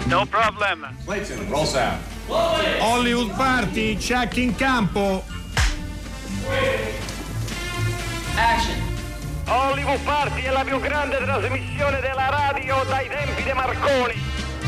No problem. Clayton, roll sound. Hollywood Party, check in campo. Action. Hollywood Party è la più grande trasmissione della radio dai tempi di Marconi.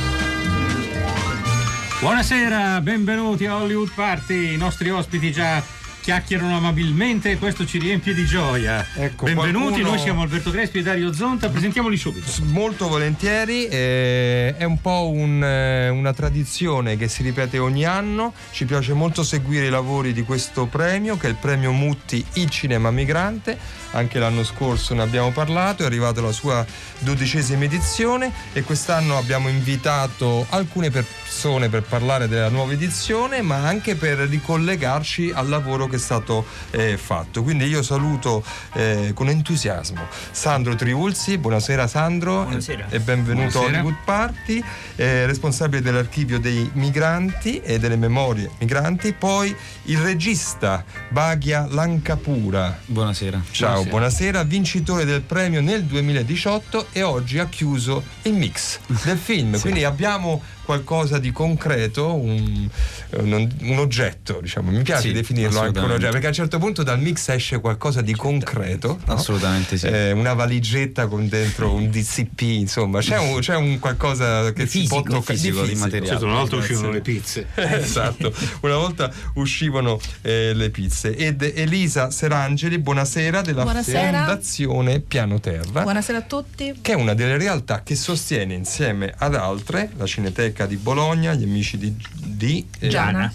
Buonasera, benvenuti a Hollywood Party. I nostri ospiti già chiacchierano amabilmente e questo ci riempie di gioia. Ecco, benvenuti, noi siamo Alberto Crespi e Dario Zonta, presentiamoli subito. Molto volentieri, è un po' una tradizione che si ripete ogni anno. Ci piace molto seguire i lavori di questo premio, che è il premio Mutti Il Cinema Migrante. Anche l'anno scorso ne abbiamo parlato, è arrivata la sua 12ª edizione e quest'anno abbiamo invitato alcune persone per parlare della nuova edizione, ma anche per ricollegarci al lavoro che è stato fatto. Quindi io saluto con entusiasmo Sandro Triulzi. Buonasera Sandro. Buonasera. E benvenuto a Buonasera. Hollywood Party, responsabile dell'archivio dei migranti e delle memorie migranti. Poi il regista Bhagia Lankapura. Buonasera. Ciao, buonasera, vincitore del premio nel 2018 e oggi ha chiuso il mix del film. Sì. Quindi abbiamo qualcosa di concreto, un oggetto, diciamo, mi piace Sì, definirlo anche un oggetto, perché a un certo punto dal mix esce qualcosa di concreto, no? Assolutamente sì. Una valigetta con dentro un DCP, insomma, c'è un qualcosa che si può toccare, fisico, di materiale. Certo, una volta uscivano le pizze. Esatto, una volta uscivano le pizze. Ed Elisa Serangeli, buonasera, della Buonasera. Fondazione Piano Terra. Buonasera a tutti. Che è una delle realtà che sostiene insieme ad altre la Cineteca di Bologna, gli amici di Giana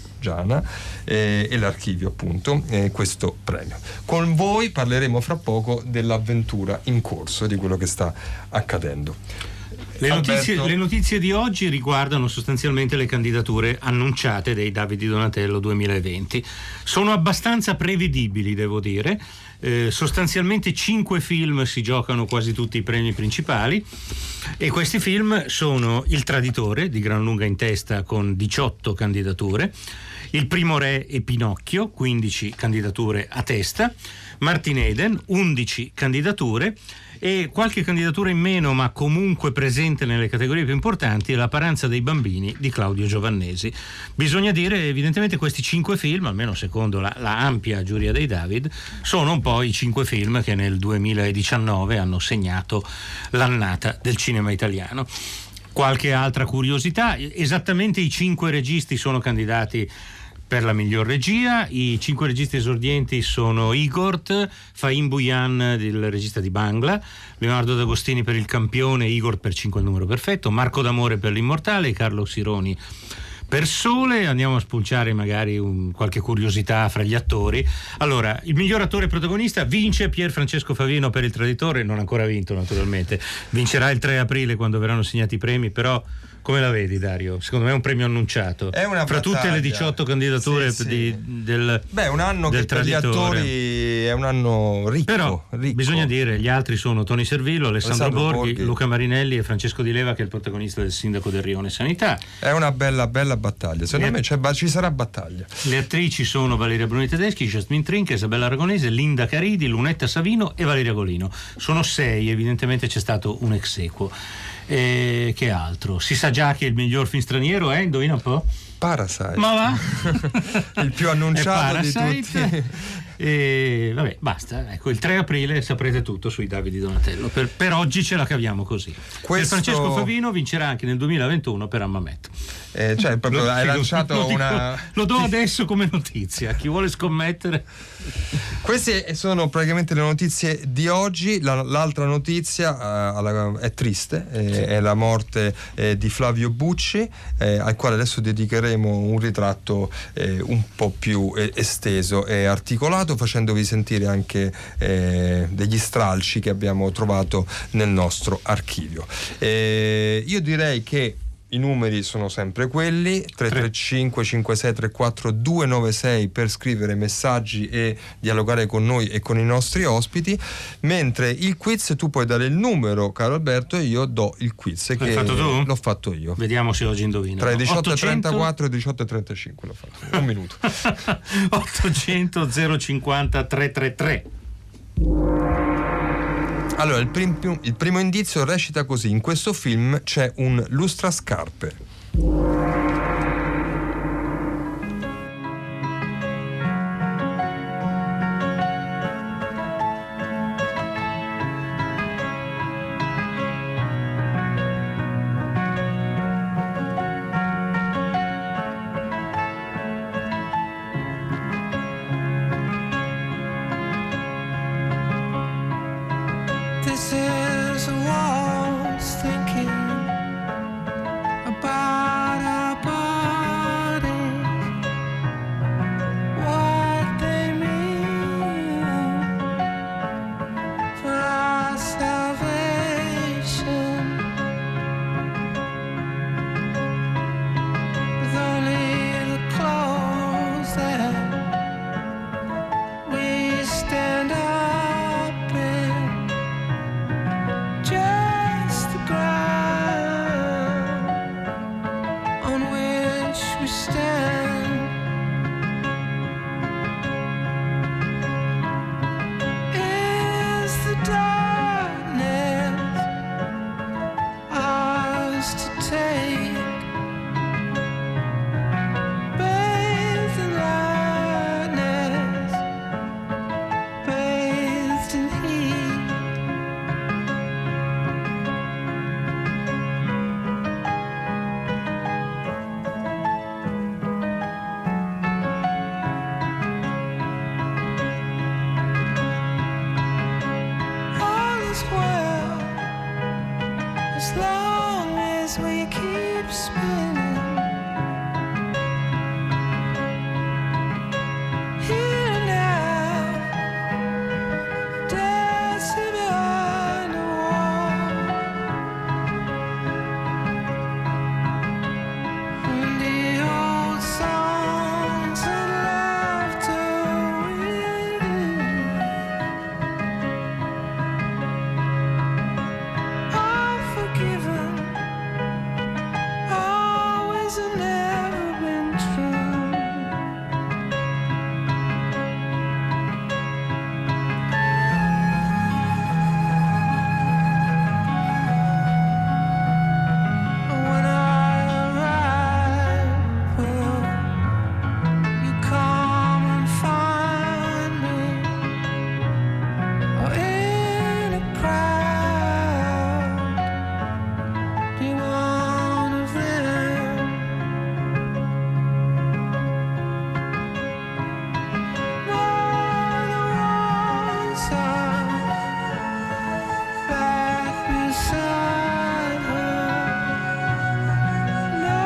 e l'archivio, appunto, questo premio. Con voi parleremo fra poco dell'avventura in corso, di quello che sta accadendo. Le notizie di oggi riguardano sostanzialmente le candidature annunciate dei David di Donatello 2020. Sono abbastanza prevedibili, devo dire. Sostanzialmente 5 film si giocano quasi tutti i premi principali e questi film sono Il Traditore, di gran lunga in testa con 18 candidature, Il Primo Re e Pinocchio, 15 candidature a testa, Martin Eden, 11 candidature, e qualche candidatura in meno ma comunque presente nelle categorie più importanti è La Paranza dei bambini di Claudio Giovannesi. Bisogna dire evidentemente questi 5 film, almeno secondo la ampia giuria dei David, sono un po' i 5 film che nel 2019 hanno segnato l'annata del cinema italiano. Qualche altra curiosità: esattamente i 5 registi sono candidati per la miglior regia. I 5 registi esordienti sono Igor, Fahim Buyan, il regista di Bangla, Leonardo D'Agostini per Il Campione, Igor per 5 il numero perfetto, Marco D'Amore per L'Immortale e Carlo Sironi per Sole. Andiamo a spulciare magari qualche curiosità fra gli attori. Allora, il miglior attore protagonista vince Pier Francesco Favino per Il Traditore, non ha ancora vinto naturalmente, vincerà il 3 aprile quando verranno assegnati i premi, però come la vedi, Dario? Secondo me è un premio annunciato. È una fra tutte le 18 candidature del un anno del che per gli Traditore. attori è un anno ricco. Però bisogna dire, gli altri sono Toni Servillo, Alessandro Borghi, Luca Marinelli e Francesco Di Leva, che è il protagonista del Sindaco del Rione Sanità. È una bella battaglia. Secondo me ci sarà battaglia. Le attrici sono Valeria Bruni Tedeschi, Jasmine Trinca, Isabella Aragonese, Linda Caridi, Lunetta Savino e Valeria Golino. Sono 6, evidentemente c'è stato un ex aequo. E che altro? Si sa già che il miglior film straniero è, indovina un po'? Parasite. Ma va? Il più annunciato di tutti. E vabbè, basta. Ecco, il 3 aprile saprete tutto sui David di Donatello. Per oggi ce la caviamo così. Per Francesco Favino vincerà anche nel 2021 per Ammamet. Cioè, proprio hai lanciato lo do adesso come notizia. Chi vuole scommettere? Queste sono praticamente le notizie di oggi. L'altra notizia è triste, è la morte di Flavio Bucci, al quale adesso dedicheremo un ritratto un po' più esteso e articolato, facendovi sentire anche degli stralci che abbiamo trovato nel nostro archivio. Io direi che i numeri sono sempre quelli: 335 5634 296 per scrivere messaggi e dialogare con noi e con i nostri ospiti, mentre il quiz tu puoi dare il numero, caro Alberto, e io do il quiz. L'hai fatto tu? L'ho fatto io. Vediamo se oggi indovina. Tra i 18.34 e i 18.35 l'ho fatto. Un minuto. 800 050 333. Allora, il primo indizio recita così: in questo film c'è un lustrascarpe. This is a waltz thinking about our bodies, what they mean for our salvation, with only the clothes that we stand up in. Just the ground on which we stand is the darkness ours to take, bathed in lightness, bathed in heat. All is well as long as we keep spinning. Here now, dancing behind the wall, and the old songs and laughter all forgiven, always and never been true. When I arrive, will you come and find me, or in a crowd, be one of them? No, the ones are back beside her. No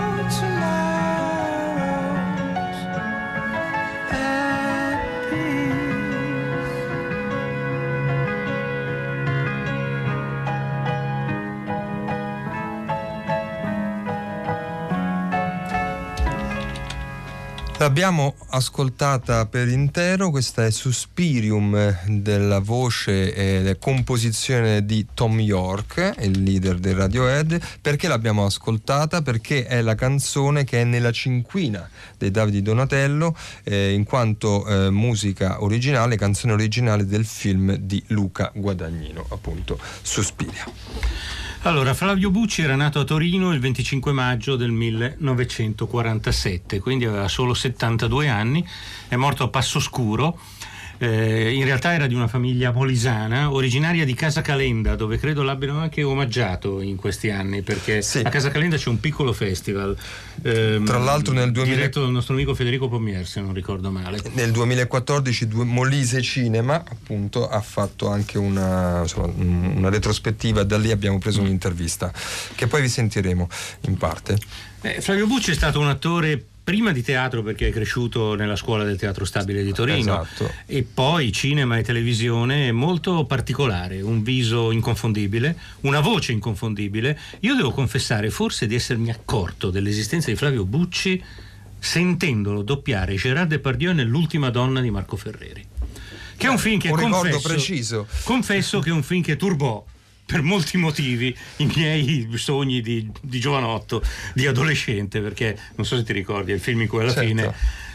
tomorrows at peace. L'abbiamo ascoltata per intero, questa è Suspirium della voce e composizione di Thom Yorke, il leader dei Radiohead. Perché l'abbiamo ascoltata? Perché è la canzone che è nella cinquina dei Davide Donatello, in quanto musica originale, canzone originale del film di Luca Guadagnino, appunto Suspiria. Allora, Flavio Bucci era nato a Torino il 25 maggio del 1947, quindi aveva solo 72 anni, è morto a Passoscuro. In realtà era di una famiglia molisana, originaria di Casa Calenda, dove credo l'abbiano anche omaggiato in questi anni, perché sì, a Casa Calenda c'è un piccolo festival, tra l'altro nel diretto dal nostro amico Federico Pommier, se non ricordo male. Nel 2014 Molise Cinema appunto ha fatto anche una retrospettiva, da lì abbiamo preso un'intervista che poi vi sentiremo in parte. Flavio Bucci è stato un attore prima di teatro, perché è cresciuto nella scuola del Teatro Stabile di Torino, esatto, e poi cinema e televisione molto particolare, un viso inconfondibile, una voce inconfondibile. Io devo confessare forse di essermi accorto dell'esistenza di Flavio Bucci sentendolo doppiare Gérard Depardieu nell'Ultima donna di Marco Ferreri, che è un film che confesso che è un film che turbò per molti motivi i miei sogni di giovanotto, di adolescente, perché non so se ti ricordi, è il film in cui alla fine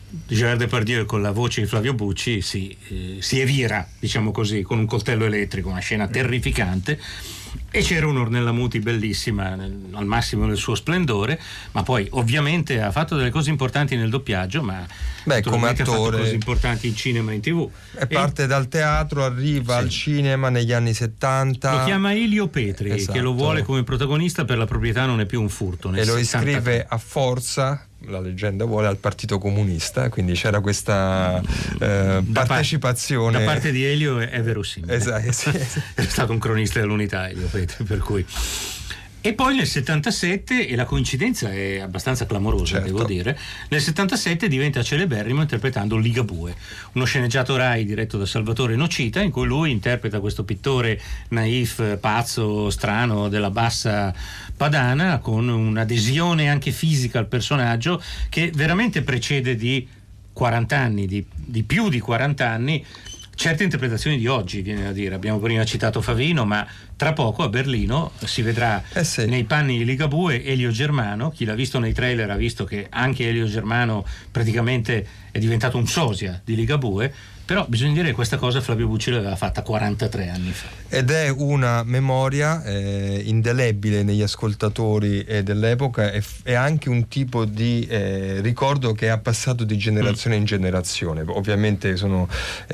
Gerard Depardieu con la voce di Flavio Bucci si evira, diciamo così, con un coltello elettrico, una scena terrificante. E c'era un'Ornella Muti bellissima, al massimo del suo splendore, ma poi ovviamente ha fatto delle cose importanti nel doppiaggio, ma come attore ha fatto cose importanti in cinema e in TV. E parte dal teatro, arriva al cinema negli anni 70. Lo chiama Elio Petri, esatto, che lo vuole come protagonista per La proprietà non è più un furto. E lo iscrive a forza, la leggenda vuole, al Partito Comunista, quindi c'era questa partecipazione. Da parte di Elio è verosimile. Esatto, sì. È stato un cronista dell'Unità, Elio Petri, per cui. E poi nel 77, e la coincidenza è abbastanza clamorosa, certo, devo dire, nel 77 diventa celeberrimo interpretando Ligabue, uno sceneggiato Rai diretto da Salvatore Nocita, in cui lui interpreta questo pittore naif, pazzo, strano, della bassa padana, con un'adesione anche fisica al personaggio che veramente precede di 40 anni, di più di 40 anni, certe interpretazioni di oggi, viene da dire. Abbiamo prima citato Favino, ma tra poco a Berlino si vedrà nei panni di Ligabue Elio Germano. Chi l'ha visto nei trailer ha visto che anche Elio Germano praticamente è diventato un sosia di Ligabue, però bisogna dire che questa cosa Flavio Bucci l'aveva fatta 43 anni fa. Ed è una memoria indelebile negli ascoltatori dell'epoca, e anche un tipo di ricordo che ha passato di generazione in generazione. Ovviamente sono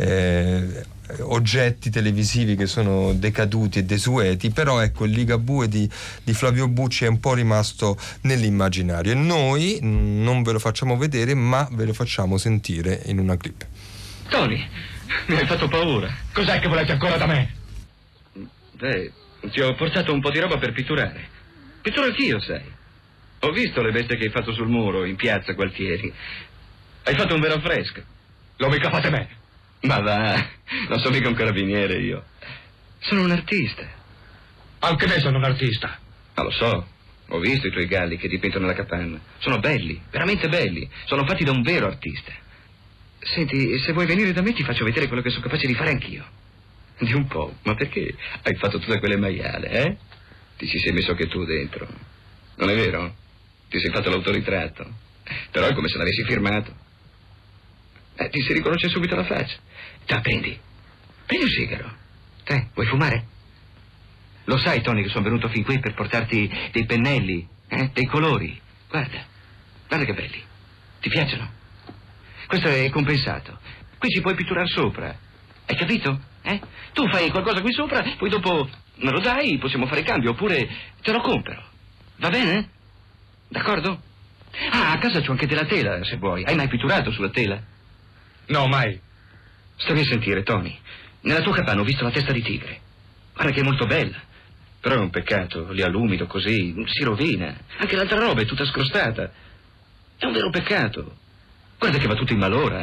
oggetti televisivi che sono decaduti e desueti, però ecco, il Ligabue di Flavio Bucci è un po' rimasto nell'immaginario, e noi non ve lo facciamo vedere, ma ve lo facciamo sentire in una clip. Tony, mi hai fatto paura. Cos'è che volete ancora da me? Beh, ti ho portato un po' di roba per pitturare. Pitturo anch'io, sai. Ho visto le bestie che hai fatto sul muro, in piazza Gualtieri. Hai fatto un vero affresco. Lo mica fate me. Ma va, non sono mica un carabiniere io. Sono un artista. Anche me sono un artista. Ma lo so, ho visto i tuoi galli che dipinto nella capanna. Sono belli, veramente belli. Sono fatti da un vero artista. Senti, se vuoi venire da me ti faccio vedere quello che sono capace di fare anch'io. Di un po', ma perché hai fatto tutte quelle maiale, eh? Ti ci sei messo anche tu dentro. Non è vero? Ti sei fatto l'autoritratto. Però è come se l'avessi firmato. Ti si riconosce subito la faccia. Già, prendi un sigaro. Vuoi fumare? Lo sai, Tony, che sono venuto fin qui per portarti dei pennelli, dei colori. Guarda che belli. Ti piacciono? Questo è compensato. Qui ci puoi pitturare sopra. Hai capito? Tu fai qualcosa qui sopra, poi dopo me lo dai, possiamo fare cambio, oppure te lo compro. Va bene? D'accordo? Ah, a casa c'ho anche della tela, se vuoi. Hai mai pitturato sulla tela? No, mai. Stavi a sentire, Tony. Nella tua capanna ho visto la testa di tigre. Guarda che è molto bella. Però è un peccato, lì all'umido così, si rovina. Anche l'altra roba è tutta scrostata. È un vero peccato. Guarda che va tutto in malora,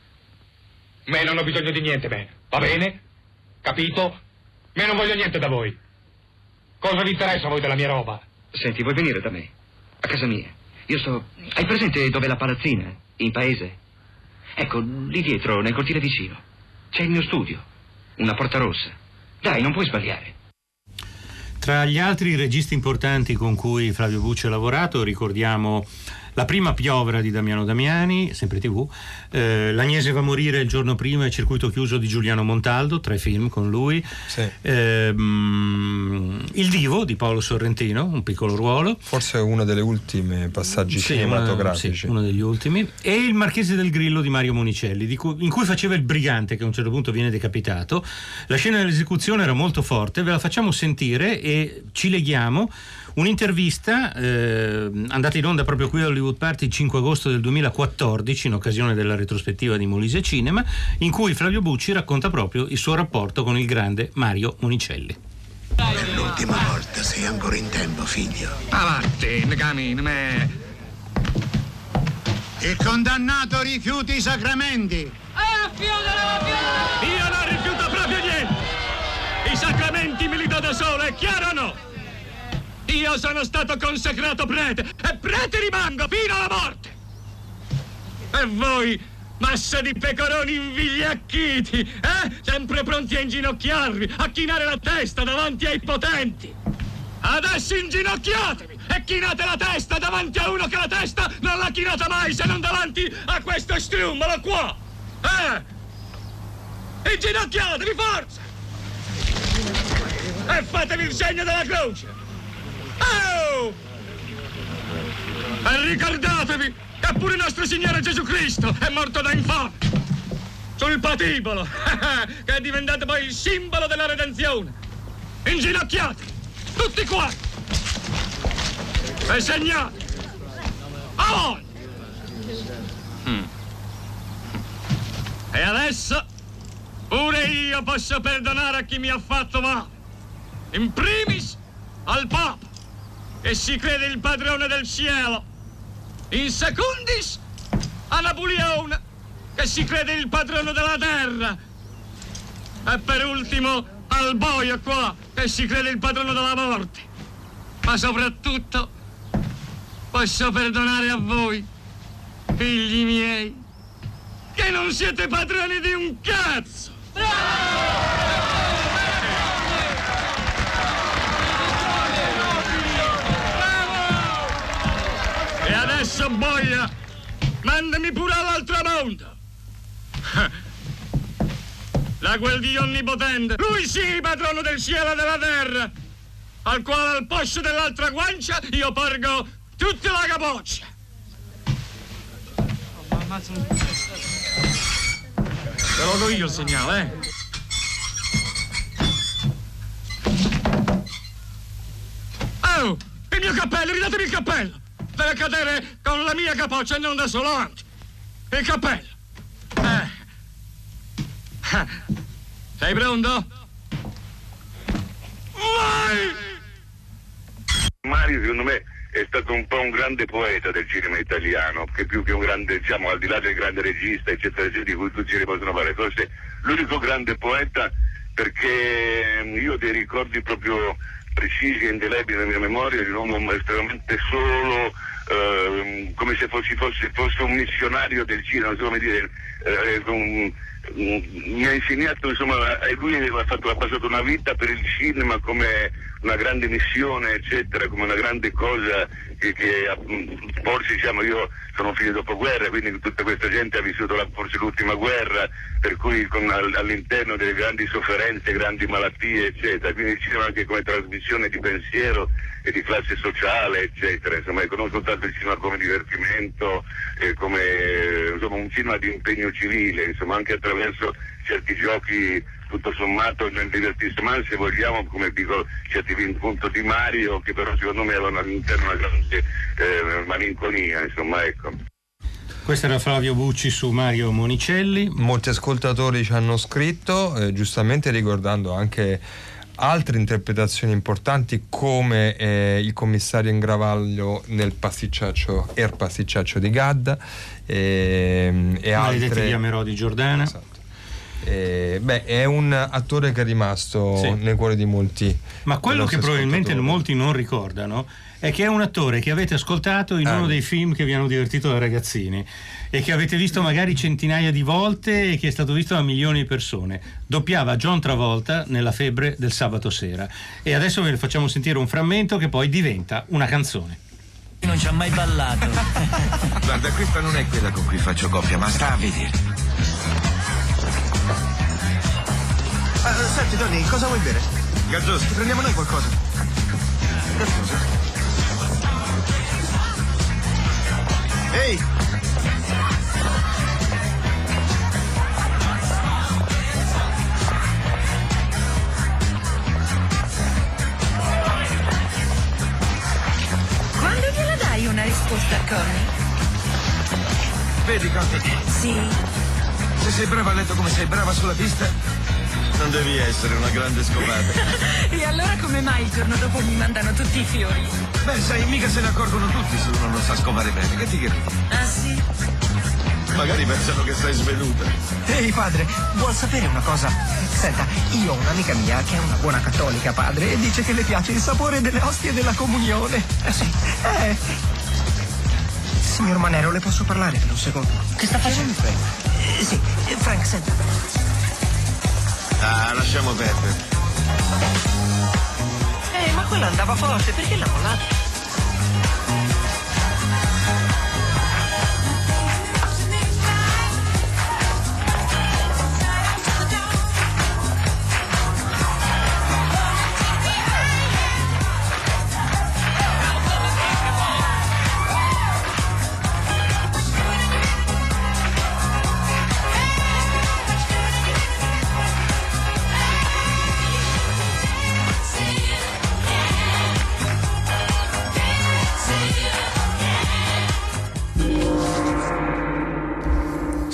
Me non ho bisogno di niente, me. Va bene? Capito? Me non voglio niente da voi. Cosa vi interessa a voi della mia roba? Senti, vuoi venire da me? A casa mia. Io sto... Hai presente dov'è la palazzina? In paese? Ecco, lì dietro, nel cortile vicino. C'è il mio studio. Una porta rossa. Dai, non puoi sbagliare. Tra gli altri registi importanti con cui Flavio Bucci ha lavorato ricordiamo La prima piovra di Damiano Damiani, sempre TV, L'Agnese va a morire il giorno prima e Circuito chiuso di Giuliano Montaldo, 3 film con lui, sì. Il Divo di Paolo Sorrentino, un piccolo ruolo, forse uno delle ultime passaggi cinematografici, uno degli ultimi, e Il Marchese del Grillo di Mario Monicelli, in cui faceva il brigante che a un certo punto viene decapitato. La scena dell'esecuzione era molto forte, ve la facciamo sentire e ci leghiamo un'intervista andata in onda proprio qui a Hollywood Party il 5 agosto del 2014 in occasione della retrospettiva di Molise Cinema, in cui Flavio Bucci racconta proprio il suo rapporto con il grande Mario Monicelli. Per l'ultima volta sei ancora in tempo, figlio. Avanti, cammino, me. Il condannato rifiuti i sacramenti. Io non rifiuto proprio niente. I sacramenti me li do da solo, è chiaro o no? Io sono stato consacrato prete e prete rimango fino alla morte. E voi, massa di pecoroni invigliacchiti, sempre pronti a inginocchiarvi, a chinare la testa davanti ai potenti. Adesso inginocchiatevi e chinate la testa davanti a uno che la testa non l'ha chinata girata mai se non davanti a questo strummolo qua? Inginocchiatevi, forza! E fatevi il segno della croce! Oh! E ricordatevi che pure nostro Signore Gesù Cristo è morto da infame sul patibolo, che è diventato poi il simbolo della redenzione. Inginocchiatevi, tutti quanti! E segnate! Avanti! E adesso pure io posso perdonare a chi mi ha fatto male. In primis al Papa, che si crede il padrone del cielo. In secundis a Napoleone, che si crede il padrone della terra. E per ultimo al boio qua, che si crede il padrone della morte. Ma soprattutto posso perdonare a voi, figli miei, che non siete padroni di un cazzo! E adesso, boia, mandami pure all'altro mondo! Da quel Dio onnipotente, lui sì, patrono del cielo e della terra, al quale al posto dell'altra guancia io porgo tutta la capoccia. Te lo do io il segnale, Oh, il mio cappello, ridatemi il cappello! Deve cadere con la mia capoccia e non da solo avanti. Il cappello. Sei pronto? Vai! Mario, secondo me, è stato un po' un grande poeta del cinema italiano, che più che un grande, diciamo, al di là del grande regista, eccetera, eccetera, di cui tutti ne possono fare, forse l'unico grande poeta, perché io ho dei ricordi proprio precisi e indelebili nella mia memoria di un uomo estremamente solo, come se fosse un missionario del cinema, non so come dire, mi ha insegnato, insomma, lui ha passato una vita per il cinema come una grande missione, eccetera, come una grande cosa che forse, diciamo, io sono figlio dopoguerra, quindi tutta questa gente ha vissuto forse l'ultima guerra, per cui all'interno delle grandi sofferenze, grandi malattie, eccetera, quindi il cinema anche come trasmissione di pensiero e di classe sociale, eccetera, insomma, non soltanto il cinema come divertimento, come, insomma, un cinema di impegno civile, insomma, anche attraverso certi giochi tutto sommato nel divertissement, se vogliamo, come dico, certi punto di Mario, che però secondo me avevano all'interno una grande malinconia, insomma, ecco. Questo era Flavio Bucci su Mario Monicelli. Molti ascoltatori ci hanno scritto, giustamente ricordando anche altre interpretazioni importanti, come il commissario Ingravaglio nel pasticciaccio di Gadda, e altre via Merò di Giordana. Esatto. È un attore che è rimasto nei cuori di molti. Ma quello che probabilmente molti non ricordano è che è un attore che avete ascoltato in uno dei film che vi hanno divertito da ragazzini e che avete visto magari centinaia di volte e che è stato visto da milioni di persone. Doppiava John Travolta nella Febbre del sabato sera, e adesso ve ne facciamo sentire un frammento che poi diventa una canzone. Non ci ha mai ballato. Guarda, questa non è quella con cui faccio coppia, ma sta a vedere. Senti, Tony, cosa vuoi bere? Gazzoso. Ci prendiamo noi qualcosa? Gazzoso. Ehi! Quando gliela dai una risposta a Connie? Vedi, Connie? Sì. Se sei brava a letto come sei brava sulla pista, non devi essere una grande scopata. E allora come mai il giorno dopo mi mandano tutti i fiori? Beh, sai, mica se ne accorgono tutti se uno non sa scovare bene. Che ti credi? Ah, sì? Magari pensano che sei svenuta. Ehi, padre, vuol sapere una cosa? Senta, io ho un'amica mia che è una buona cattolica, padre, e dice che le piace il sapore delle ostie della comunione. Sì. Signor Manero, le posso parlare per un secondo? Che sta facendo Frank? Sì, Frank, senta. Ah, lasciamo perdere. Ma quella andava forte, perché l'ha mollata?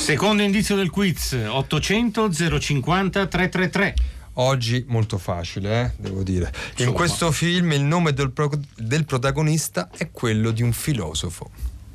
Secondo indizio del quiz, 800 050 333. Oggi molto facile, devo dire. In questo film il nome del protagonista è quello di un filosofo.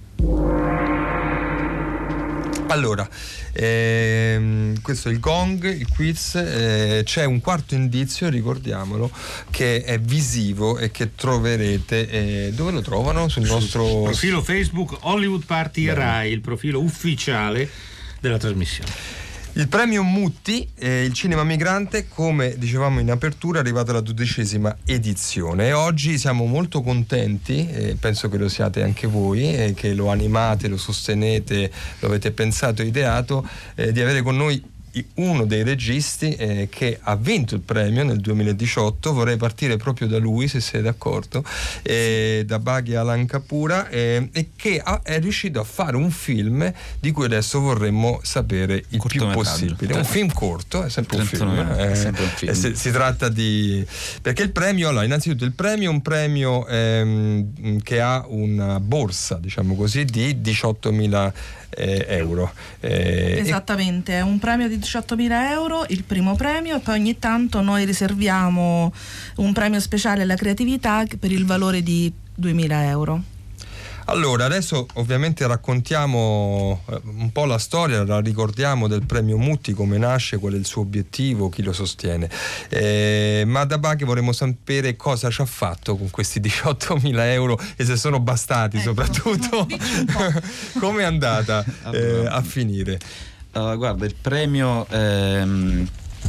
Allora, questo è il gong, il quiz. C'è un quarto indizio, ricordiamolo, che è visivo e che troverete. Dove lo trovano? Sul nostro profilo Facebook Hollywood Party Rai, il profilo ufficiale della trasmissione. Il premio Mutti, il cinema migrante, come dicevamo in apertura, è arrivato alla 12ª edizione e oggi siamo molto contenti, penso che lo siate anche voi, che lo animate, lo sostenete, lo avete pensato e ideato, di avere con noi uno dei registi che ha vinto il premio nel 2018. Vorrei partire proprio da lui, se sei d'accordo, da Baghi Alan Kapura, e che è riuscito a fare un film di cui adesso vorremmo sapere il più possibile. Un film corto, è sempre un film, si tratta di, perché il premio, allora, innanzitutto il premio è un premio che ha una borsa, diciamo così, di 18.000 euro. Esattamente, è un premio di 18.000 euro, il primo premio, e poi ogni tanto noi riserviamo un premio speciale alla creatività per il valore di 2.000 euro. Allora, adesso ovviamente raccontiamo un po' la storia, la ricordiamo del premio Mutti, come nasce, qual è il suo obiettivo, chi lo sostiene. Ma da Baghi vorremmo sapere cosa ci ha fatto con questi 18.000 euro e se sono bastati, soprattutto. Come è andata a finire? Guarda, il premio mi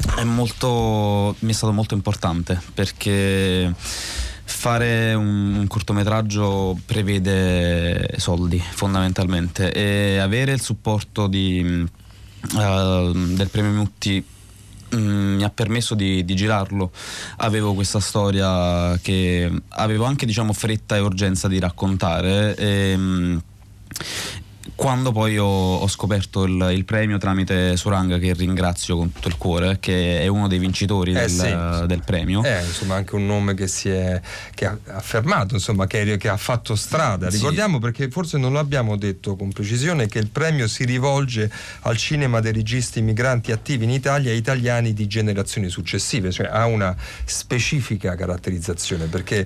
è stato molto importante, perché fare un cortometraggio prevede soldi, fondamentalmente, e avere il supporto del premio Mutti mi ha permesso di girarlo. Avevo questa storia che avevo anche, diciamo, fretta e urgenza di raccontare, quando poi ho scoperto il premio tramite Suranga, che ringrazio con tutto il cuore, che è uno dei vincitori del premio. Insomma, anche un nome che ha affermato, insomma, che ha fatto strada. Ricordiamo, perché forse non l'abbiamo detto con precisione, che il premio si rivolge al cinema dei registi migranti attivi in Italia e italiani di generazioni successive, cioè ha una specifica caratterizzazione, perché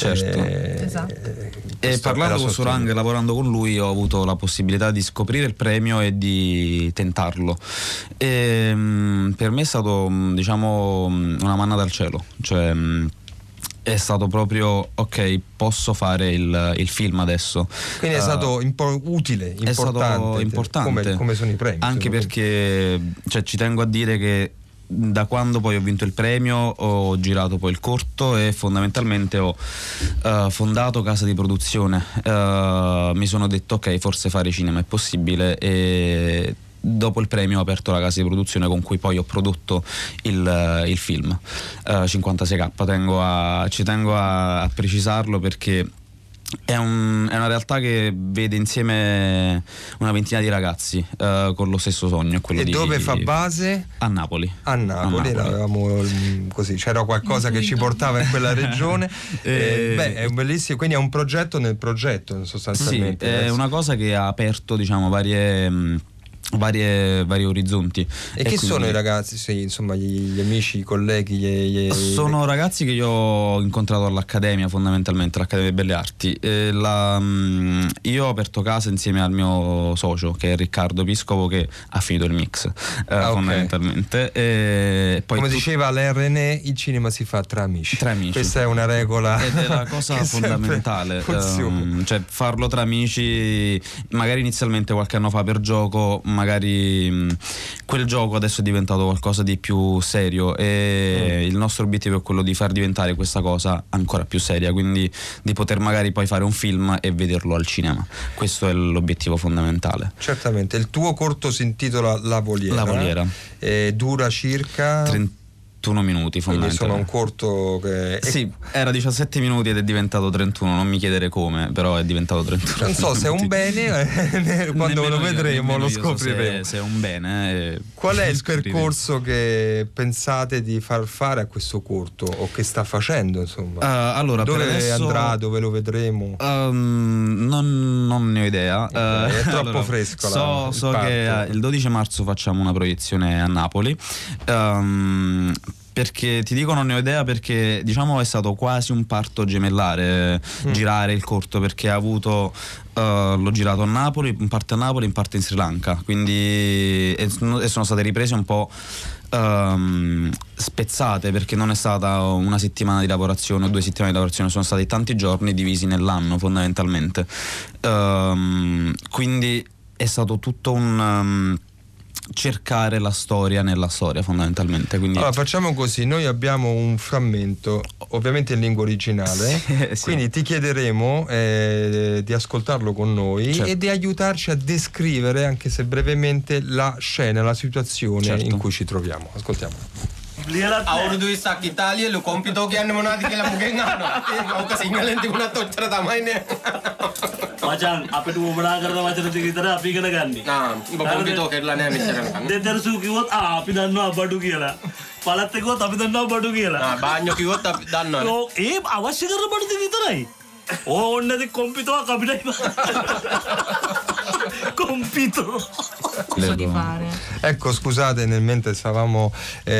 e parlando con Suranga e lavorando con lui ho avuto la possibilità di scoprire il premio e di tentarlo, e per me è stato, diciamo, una manna dal cielo, cioè è stato proprio ok, posso fare il film adesso. Quindi è stato utile, importante. È stato importante, come sono i premi, anche perché, cioè, ci tengo a dire che da quando poi ho vinto il premio ho girato poi il corto e fondamentalmente ho fondato casa di produzione. Mi sono detto ok, forse fare cinema è possibile, e dopo il premio ho aperto la casa di produzione con cui poi ho prodotto il film 56K. Ci tengo a precisarlo, perché è una realtà che vede insieme una ventina di ragazzi con lo stesso sogno. E dove fa base? A Napoli. A Napoli. Eravamo così, c'era qualcosa che ci portava in quella regione. È bellissimo, quindi è un progetto nel progetto, sostanzialmente. Sì, è una cosa che ha aperto, diciamo, vari orizzonti. E chi sono i ragazzi? Insomma, gli amici, i colleghi? Sono ragazzi che io ho incontrato all'Accademia, fondamentalmente l'Accademia delle Belle Arti. Io ho aperto casa insieme al mio socio, che è Riccardo Piscopo, che ha finito il mix, fondamentalmente. E poi, come diceva l'RNE, il cinema si fa tra amici. Questa è una regola, ed è la cosa fondamentale, cioè farlo tra amici. Magari inizialmente qualche anno fa per gioco, magari quel gioco adesso è diventato qualcosa di più serio, e il nostro obiettivo è quello di far diventare questa cosa ancora più seria, quindi di poter magari poi fare un film e vederlo al cinema. Questo è l'obiettivo fondamentale. Certamente. Il tuo corto si intitola La Voliera. La Voliera. Dura circa 31 minuti, quindi insomma un corto che sì, era 17 minuti ed è diventato 31, non mi chiedere come, però è diventato 31. Non so se è un bene, quando lo vedremo lo scopriremo. Se è un bene. Qual è il percorso che pensate di far fare a questo corto, o che sta facendo, insomma? Allora, dove per adesso andrà, dove lo vedremo? Non non ne ho idea. È troppo fresco. So che il 12 marzo facciamo una proiezione a Napoli. Perché ti dico non ne ho idea, perché diciamo è stato quasi un parto gemellare girare il corto, perché ha avuto l'ho girato a Napoli, in parte a Napoli, in parte in Sri Lanka, quindi e sono state riprese un po' spezzate, perché non è stata una settimana di lavorazione o 2 settimane di lavorazione, sono stati tanti giorni divisi nell'anno fondamentalmente, quindi è stato tutto un cercare la storia nella storia fondamentalmente. Quindi allora facciamo così, noi abbiamo un frammento ovviamente in lingua originale, sì. Quindi ti chiederemo di ascoltarlo con noi, certo, e di aiutarci a descrivere, anche se brevemente, la scena, la situazione, certo, in cui ci troviamo. Ascoltiamo. Awurdu Isak Italia lu compito che hanno monati che la mugengano mau kesingalan di una toccara tamane Macam apa tu benar kata macam tu kita dah api kena ganti. Nah, ibu compito ke la ne misalan. Dedar su kiwat api dan no abadu kila. Palat ko tapi dan no abadu kila. Nah, banyak kiwat tapi dan no. Oh, awas segera abadu kita rai. Oh, onnadi compito capita. Compito. Ecco, scusate, nel mentre stavamo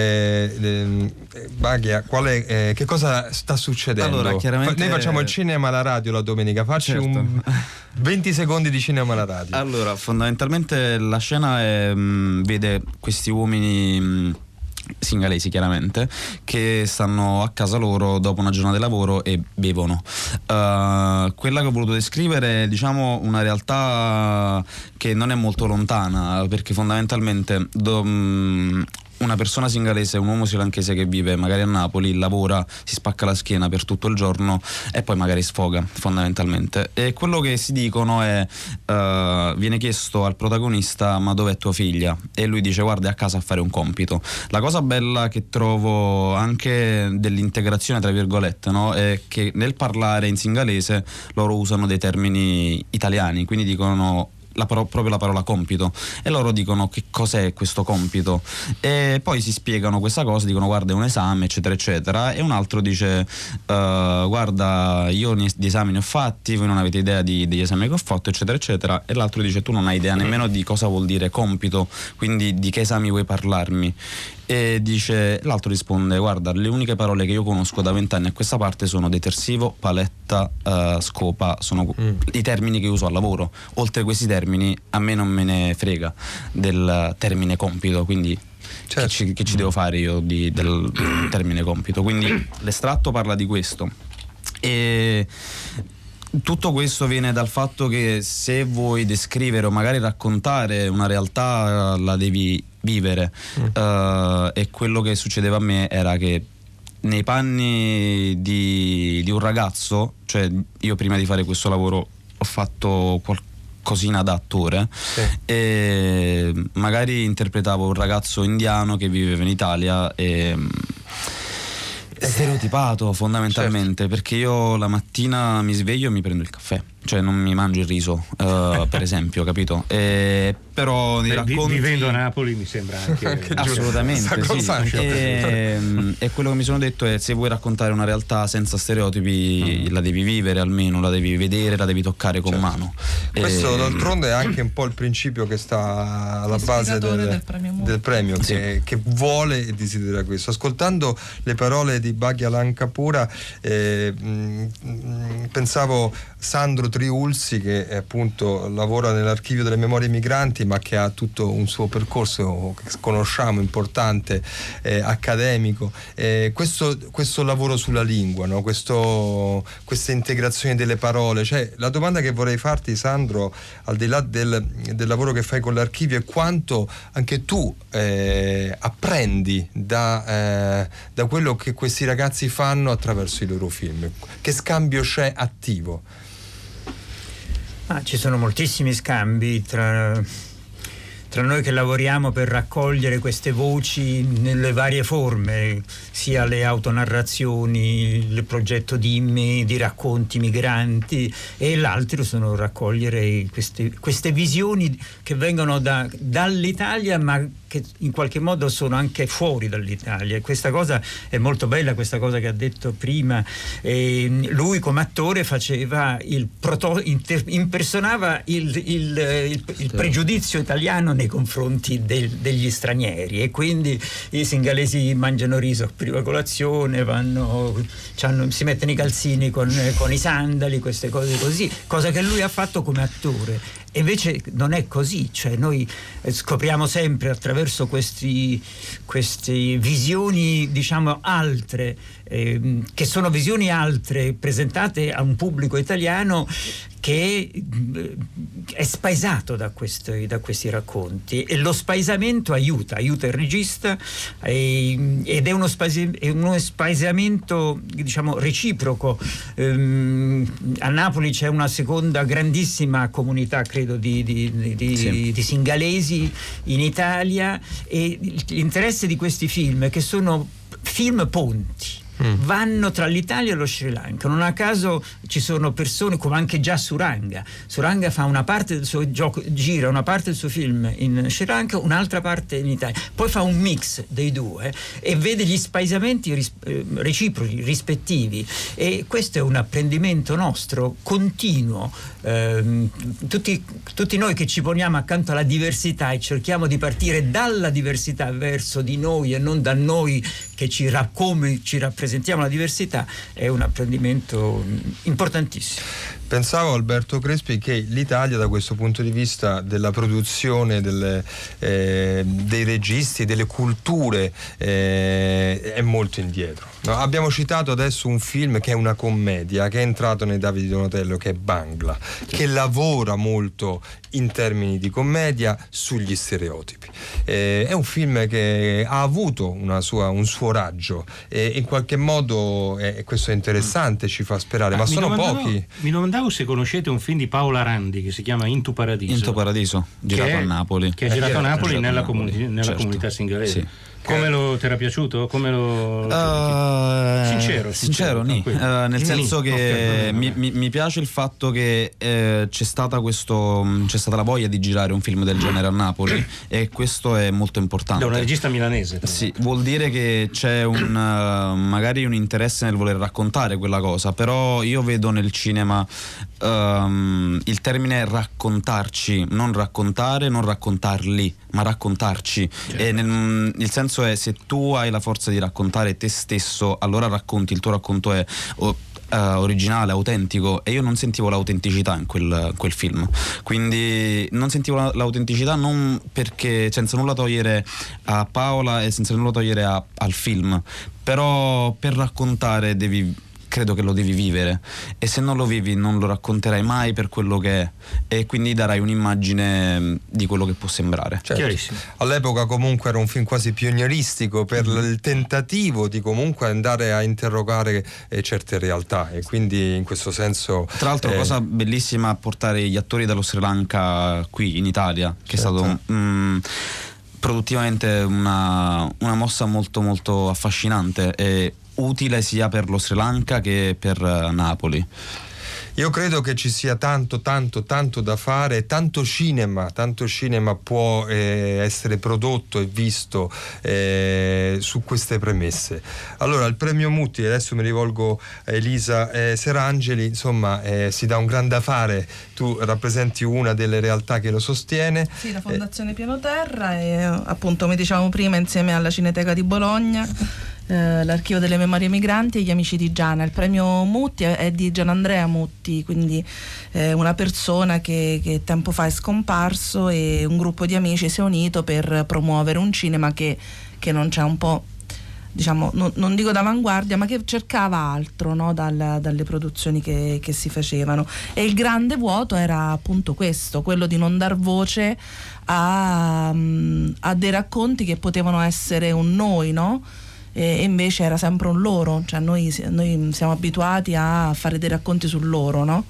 Baghia, che cosa sta succedendo? Allora, chiaramente noi facciamo il cinema alla radio la domenica, facci un 20 secondi di cinema alla radio. Allora, fondamentalmente la scena vede questi uomini singalesi chiaramente che stanno a casa loro dopo una giornata di lavoro e bevono. Quella che ho voluto descrivere è, diciamo, una realtà che non è molto lontana, perché fondamentalmente una persona singalese, un uomo srilankese che vive magari a Napoli, lavora, si spacca la schiena per tutto il giorno e poi magari sfoga fondamentalmente. E quello che si dicono è viene chiesto al protagonista: ma dov'è tua figlia? E lui dice: guarda, è a casa a fare un compito. La cosa bella che trovo anche dell'integrazione tra virgolette, no, è che nel parlare in singalese loro usano dei termini italiani, quindi dicono proprio la parola compito, e loro dicono: che cos'è questo compito? E poi si spiegano questa cosa, dicono: guarda, è un esame, eccetera eccetera. E un altro dice: guarda, io di esami ne ho fatti, voi non avete idea degli esami che ho fatto, eccetera eccetera. E l'altro dice: tu non hai idea nemmeno di cosa vuol dire compito, quindi di che esami vuoi parlarmi? E dice, l'altro risponde: guarda, le uniche parole che io conosco da 20 anni a questa parte sono detersivo, paletta, scopa, sono i termini che uso al lavoro. Oltre questi termini a me non me ne frega del termine compito, quindi certo, che ci devo fare io del termine compito. Quindi l'estratto parla di questo, e tutto questo viene dal fatto che se vuoi descrivere o magari raccontare una realtà la devi vivere, e quello che succedeva a me era che nei panni di un ragazzo, cioè io prima di fare questo lavoro ho fatto qualcosina da attore, sì, e magari interpretavo un ragazzo indiano che viveva in Italia e stereotipato fondamentalmente, certo, perché io la mattina mi sveglio e mi prendo il caffè, cioè non mi mangio il riso, per esempio, capito? Però nei racconti, vivendo a Napoli mi sembra anche assolutamente sì. E quello che mi sono detto è: se vuoi raccontare una realtà senza stereotipi, la devi vivere, almeno la devi vedere, la devi toccare con mano. Questo d'altronde è anche un po' il principio che sta alla base del premio, che vuole e desidera questo. Ascoltando le parole di Baghia Lankapura, pensavo Sandro Triulzi, che appunto lavora nell'archivio delle memorie migranti, ma che ha tutto un suo percorso che conosciamo, importante, accademico, questo lavoro sulla lingua, no? Questa integrazione delle parole. Cioè, la domanda che vorrei farti, Sandro, al di là del lavoro che fai con l'archivio, è quanto anche tu apprendi da quello che questi ragazzi fanno attraverso i loro film. Che scambio c'è attivo? Ci sono moltissimi scambi tra noi che lavoriamo per raccogliere queste voci nelle varie forme, sia le autonarrazioni, il progetto di racconti migranti, e l'altro sono raccogliere queste visioni che vengono dall'Italia, ma che in qualche modo sono anche fuori dall'Italia, e questa cosa è molto bella, questa cosa che ha detto prima. Lui come attore faceva impersonava il pregiudizio italiano nei confronti degli stranieri, e quindi i singalesi mangiano riso prima colazione, si mettono i calzini con i sandali, queste cose così, cosa che lui ha fatto come attore. E invece non è così, cioè noi scopriamo sempre attraverso queste visioni, diciamo, altre, che sono visioni altre presentate a un pubblico italiano che è spaesato da questi racconti, e lo spaesamento aiuta il regista, ed è uno spaesamento, diciamo, reciproco. A Napoli c'è una seconda grandissima comunità, credo, di singalesi in Italia, e l'interesse di questi film, che sono film ponti, vanno tra l'Italia e lo Sri Lanka. Non a caso ci sono persone come anche già Suranga fa una parte del suo gioco, gira una parte del suo film in Sri Lanka, un'altra parte in Italia, poi fa un mix dei due e vede gli spaesamenti reciproci, rispettivi, e questo è un apprendimento nostro continuo. Tutti noi che ci poniamo accanto alla diversità e cerchiamo di partire dalla diversità verso di noi e non da noi che come ci rappresentiamo la diversità, è un apprendimento importantissimo. Pensavo, Alberto Crespi, che l'Italia da questo punto di vista della produzione dei registi, delle culture, è molto indietro. No, abbiamo citato adesso un film che è una commedia, che è entrato nei Davide di Donatello, che è Bangla, che lavora molto in termini di commedia sugli stereotipi. È un film che ha avuto un suo raggio, e in qualche modo questo è interessante, ci fa sperare, ma sono pochi. Mi domandavo se conoscete un film di Paola Randi che si chiama Into Paradiso, girato a Napoli, che è girato a Napoli nella comunità singalese. Sì. Come ti era piaciuto? Sincero, nel senso che mi piace il fatto che c'è stata la voglia di girare un film del genere a Napoli, e questo è molto importante. Da una regista milanese. Sì, vuol dire che c'è magari un interesse nel voler raccontare quella cosa, però io vedo nel cinema il termine raccontarci, non raccontare, non raccontarli, ma raccontarci. E il senso è, se tu hai la forza di raccontare te stesso, allora racconti, il tuo racconto è originale, autentico, e io non sentivo l'autenticità in quel film. Quindi non sentivo l'autenticità, non perché, senza nulla togliere a Paola e senza nulla togliere al film, però per raccontare credo che lo devi vivere, e se non lo vivi non lo racconterai mai per quello che è, e quindi darai un'immagine di quello che può sembrare. Certo. All'epoca comunque era un film quasi pionieristico per il tentativo di comunque andare a interrogare certe realtà, e quindi in questo senso, tra l'altro, cosa bellissima, portare gli attori dallo Sri Lanka qui in Italia, che certo. È stato produttivamente una mossa molto molto affascinante e utile sia per lo Sri Lanka che per Napoli. Io credo che ci sia tanto da fare, tanto cinema può essere prodotto e visto su queste premesse. Allora, il premio Mutti, adesso mi rivolgo a Elisa Serangeli, insomma, si dà un gran da fare. Tu rappresenti una delle realtà che lo sostiene. Sì, la Fondazione Piano Terra, e appunto, come dicevamo prima, insieme alla Cineteca di Bologna, l'Archivio delle Memorie Migranti e gli Amici di Giana. Il premio Mutti è di Gianandrea Mutti, quindi una persona che tempo fa è scomparso, e un gruppo di amici si è unito per promuovere un cinema che non c'è, un po', diciamo, non dico d'avanguardia, ma che cercava altro, no? dalle produzioni che si facevano. E il grande vuoto era appunto quello di non dar voce a dei racconti che potevano essere un noi, no? E invece era sempre un loro, cioè noi siamo abituati a fare dei racconti sul loro, no?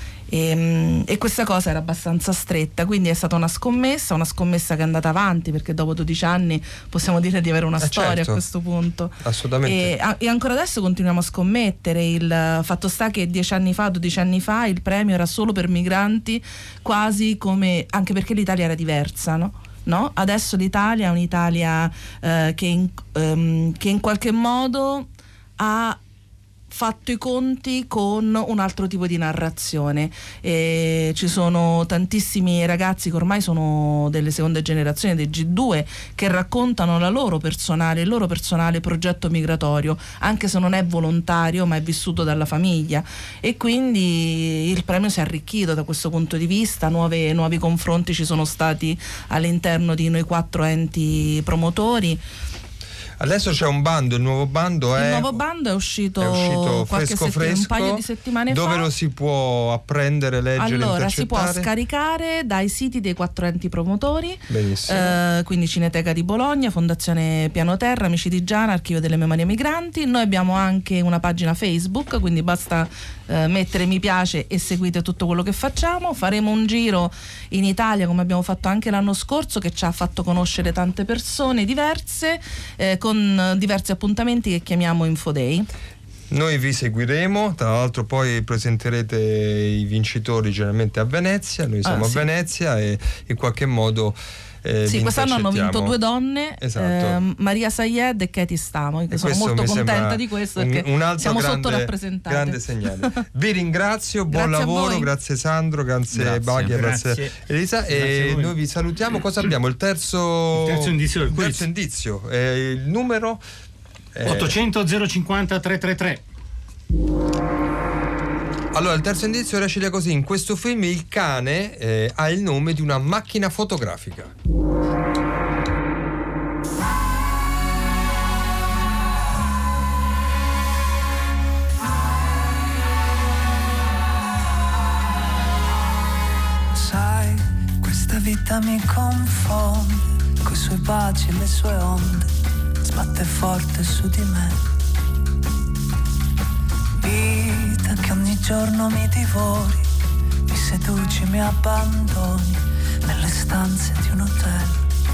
E questa cosa era abbastanza stretta, quindi è stata una scommessa che è andata avanti, perché dopo 12 anni possiamo dire di avere una storia, certo, a questo punto. Assolutamente. E ancora adesso continuiamo a scommettere. Il fatto sta che 12 anni fa il premio era solo per migranti, quasi come, anche perché l'Italia era diversa, no? no? Adesso l'Italia è un'Italia che in qualche modo ha fatto i conti con un altro tipo di narrazione. Ci sono tantissimi ragazzi che ormai sono delle seconde generazioni, dei G2, che raccontano il loro personale progetto migratorio, anche se non è volontario ma è vissuto dalla famiglia, e quindi il premio si è arricchito da questo punto di vista. Nuovi confronti ci sono stati all'interno di noi 4 enti promotori. Adesso c'è un bando, il nuovo bando è uscito fresco, un paio di settimane dove fa. lo si può apprendere, leggere, allora intercettare? Si può scaricare dai siti dei 4 enti promotori. Benissimo. Quindi Cineteca di Bologna, Fondazione Piano Terra, Amici di Giana, Archivio delle Memorie Migranti. Noi abbiamo anche una pagina Facebook, quindi basta mettere mi piace e seguite tutto quello che facciamo. Faremo un giro in Italia come abbiamo fatto anche l'anno scorso, che ci ha fatto conoscere tante persone diverse, con diversi appuntamenti che chiamiamo Infoday. Noi vi seguiremo, tra l'altro poi presenterete i vincitori generalmente a Venezia, noi siamo a Venezia e in qualche modo quest'anno hanno vinto 2 donne, esatto. Maria Sayed e Katie Stamo, che sono molto contenta di questo, perché un altro siamo sottorappresentate. Grande segnale. Vi ringrazio, buon lavoro, grazie Sandro, grazie Baghia, grazie Elisa, e noi vi salutiamo. Cosa abbiamo? Il terzo indizio, il numero 800 050 333. Allora, il terzo indizio recita così: in questo film il cane ha il nome di una macchina fotografica. Sai, questa vita mi confonde, coi suoi baci e le sue onde, sbatte forte su di me. Vita che ogni giorno mi divori, mi seduci, mi abbandoni nelle stanze di un hotel.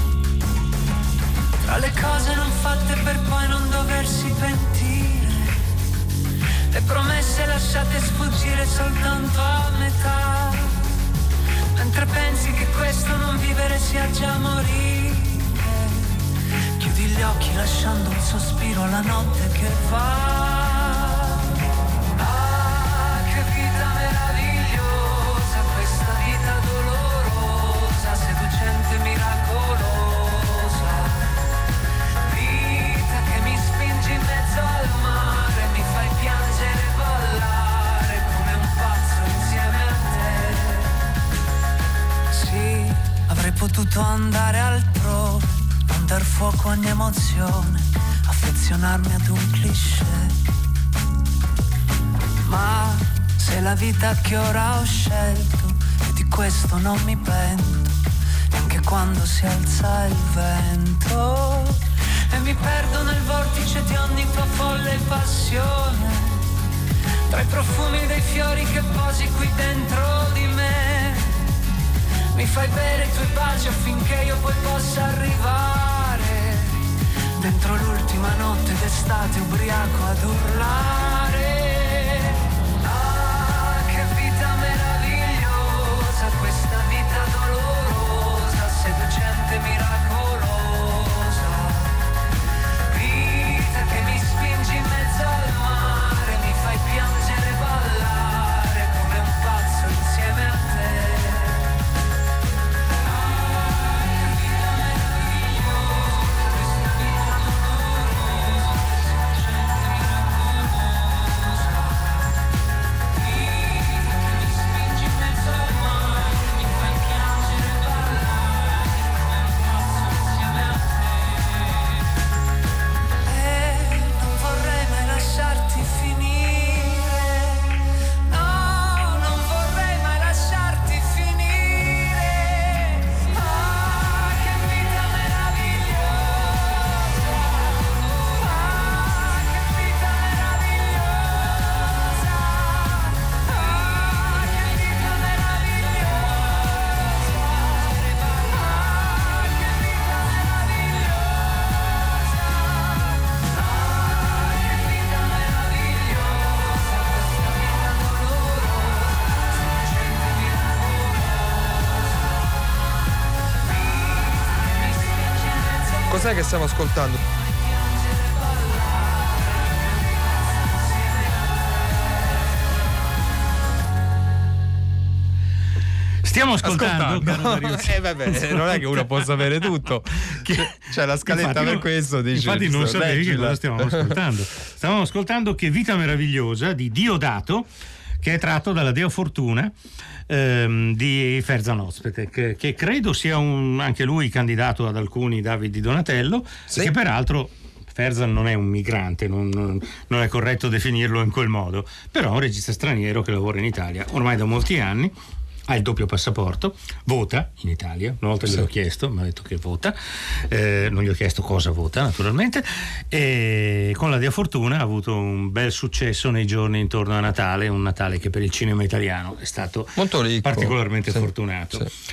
Tra le cose non fatte per poi non doversi pentire, le promesse lasciate sfuggire soltanto a metà, mentre pensi che questo non vivere sia già morire. Chiudi gli occhi lasciando un sospiro alla notte che va. Potuto andare altrove, non dar fuoco a ogni emozione, affezionarmi ad un cliché. Ma se la vita che ora ho scelto, e di questo non mi pento, neanche quando si alza il vento, e mi perdo nel vortice di ogni tua folle passione, tra i profumi dei fiori che posi qui dentro di me. Mi fai bere i tuoi baci affinché io poi possa arrivare dentro l'ultima notte d'estate ubriaco ad urlare. Ah, che vita meravigliosa, questa vita dolorosa, seducente, miracolosa. Vita che mi spingi in mezzo al mare, mi fai piangere e ballare come un pazzo insieme a te. Cos'è che stiamo ascoltando? Stiamo ascoltando. Vabbè, non è che uno può sapere tutto. C'è la scaletta per questo. Dice, infatti non sapevi che cosa stiamo ascoltando. Stavamo ascoltando Che vita meravigliosa di Diodato, che è tratto dalla Deo Fortuna di Ferzan Özpetek, che credo sia anche lui candidato ad alcuni David di Donatello, sì. Che peraltro Ferzan non è un migrante, non è corretto definirlo in quel modo, però è un regista straniero che lavora in Italia ormai da molti anni. Ha il doppio passaporto, vota in Italia, una volta gliel'ho chiesto, mi ha detto che vota, non gli ho chiesto cosa vota naturalmente, e con la Dea Fortuna ha avuto un bel successo nei giorni intorno a Natale, un Natale che per il cinema italiano è stato molto ricco, particolarmente fortunato. Sì.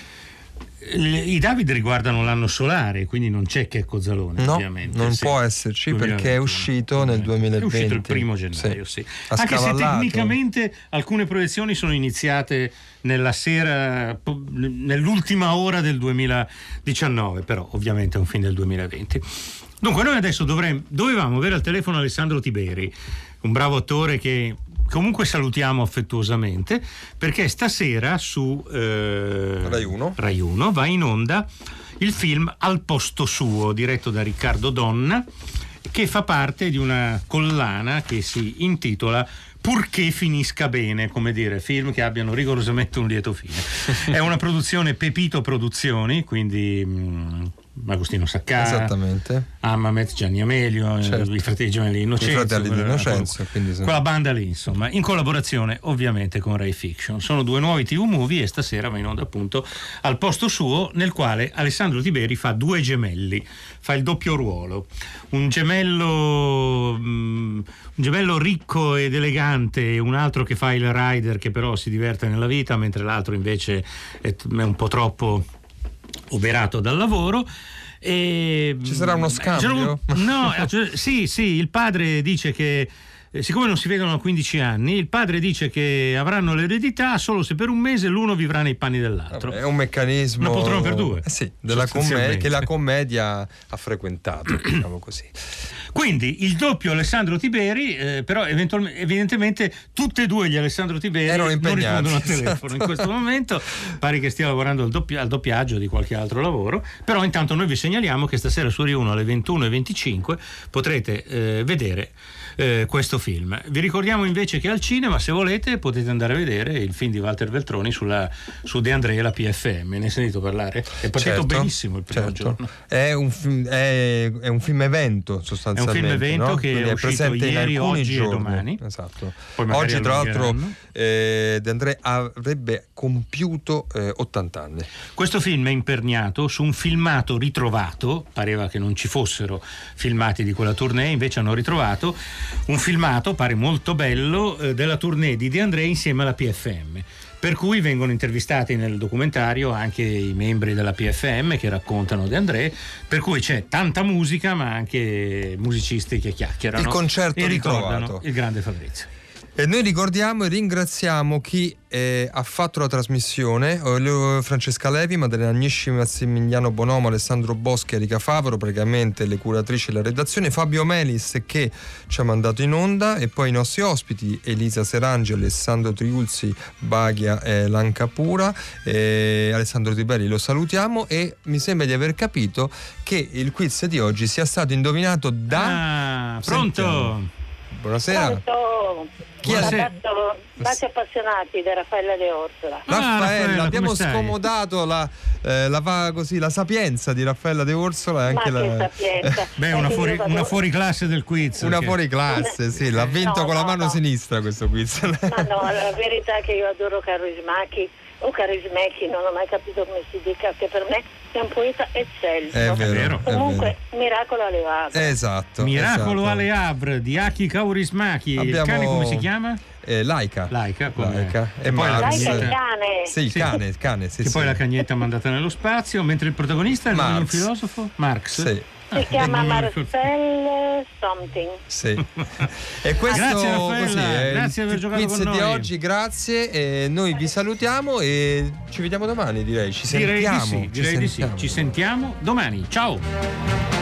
I David riguardano l'anno solare, quindi non c'è Checco Zalone, no, ovviamente. Non può esserci 2021. Perché è uscito nel 2020. È uscito il 1 gennaio, sì. Anche se tecnicamente alcune proiezioni sono iniziate nella sera, nell'ultima ora del 2019, però ovviamente è un film del 2020. Dunque noi adesso dovevamo avere al telefono Alessandro Tiberi, un bravo attore che comunque salutiamo affettuosamente, perché stasera su Rai 1 va in onda il film Al posto suo, diretto da Riccardo Donna, che fa parte di una collana che si intitola Purché finisca bene, come dire, film che abbiano rigorosamente un lieto fine. È una produzione Pepito Produzioni, quindi Agostino Saccà, esattamente, Amamet, Gianni Amelio, certo. I fratelli gemelli Innocenzo, quella banda lì, insomma, in collaborazione ovviamente con Rai Fiction. Sono 2 nuovi TV movie e stasera va in onda appunto Al posto suo, nel quale Alessandro Tiberi fa 2 gemelli, fa il doppio ruolo, un gemello ricco ed elegante e un altro che fa il rider che però si diverte nella vita, mentre l'altro invece è un po' oberato dal lavoro. E ci sarà uno scambio? No, sì, il padre dice che siccome non si vedono da 15 anni, il padre dice che avranno l'eredità solo se per un mese l'uno vivrà nei panni dell'altro. È un meccanismo, una poltrona per 2. Sì, che la commedia ha frequentato, diciamo così. Quindi il doppio Alessandro Tiberi, però evidentemente tutte e 2 gli Alessandro Tiberi non rispondono al telefono, esatto. In questo momento pare che stia lavorando al doppiaggio di qualche altro lavoro, però intanto noi vi segnaliamo che stasera su Rai 1 alle 21:25 potrete vedere questo film. Vi ricordiamo invece che al cinema, se volete, potete andare a vedere il film di Walter Veltroni su De André e la PFM. Ne hai sentito parlare? È partito benissimo il primo giorno. È un film evento sostanzialmente. È un film evento, no? Che è uscito ieri, oggi e domani. Esatto. Oggi tra l'altro De André avrebbe compiuto 80 anni. Questo film è imperniato su un filmato ritrovato, pareva che non ci fossero filmati di quella tournée, invece hanno ritrovato un filmato, pare molto bello, della tournée di De André insieme alla PFM, per cui vengono intervistati nel documentario anche i membri della PFM che raccontano De André, per cui c'è tanta musica ma anche musicisti che chiacchierano. Il concerto e ritrovato. Ricordano il grande Fabrizio. E noi ricordiamo e ringraziamo chi ha fatto la trasmissione: Francesca Levi, Maddalena Agnisci, Massimiliano Bonomo, Alessandro Boschi, Erika Favaro, praticamente le curatrici e la redazione, Fabio Melis che ci ha mandato in onda, e poi i nostri ospiti Elisa Serangi, Alessandro Triulzi, Baghia e Lancapura, Alessandro Tiberi lo salutiamo, e mi sembra di aver capito che il quiz di oggi sia stato indovinato da... Pronto? Sentiamo. Buonasera. Pronto. Chi è? Baci appassionati di Raffaella De Orsola. Raffaella, abbiamo scomodato la sapienza di Raffaella De Orsola e anche sapienza. Beh, una fuori classe del quiz. Una fuori classe, sì, l'ha vinto con la mano sinistra questo quiz. Ma no, la verità è che io adoro Carismacchi o Carismecchi, non ho mai capito come si dica, che per me è un poeta eccelso. È vero. Comunque, Miracolo alle Havre. Esatto. Miracolo alle Havre di Aki Kaurismäki. Il cane come si chiama? Laika. E poi Laika è il cane. Sì, il cane. Sì, che poi la cagnetta mandata nello spazio, mentre il protagonista è un filosofo? Marx. Sì. Si chiama Marcel something. Sì. E questo grazie Raffaella, così, grazie per aver giocato con noi. Di oggi, grazie, e noi vi salutiamo e ci vediamo domani, direi. Ci sentiamo. Direi di sì. Ci sentiamo domani. Ciao.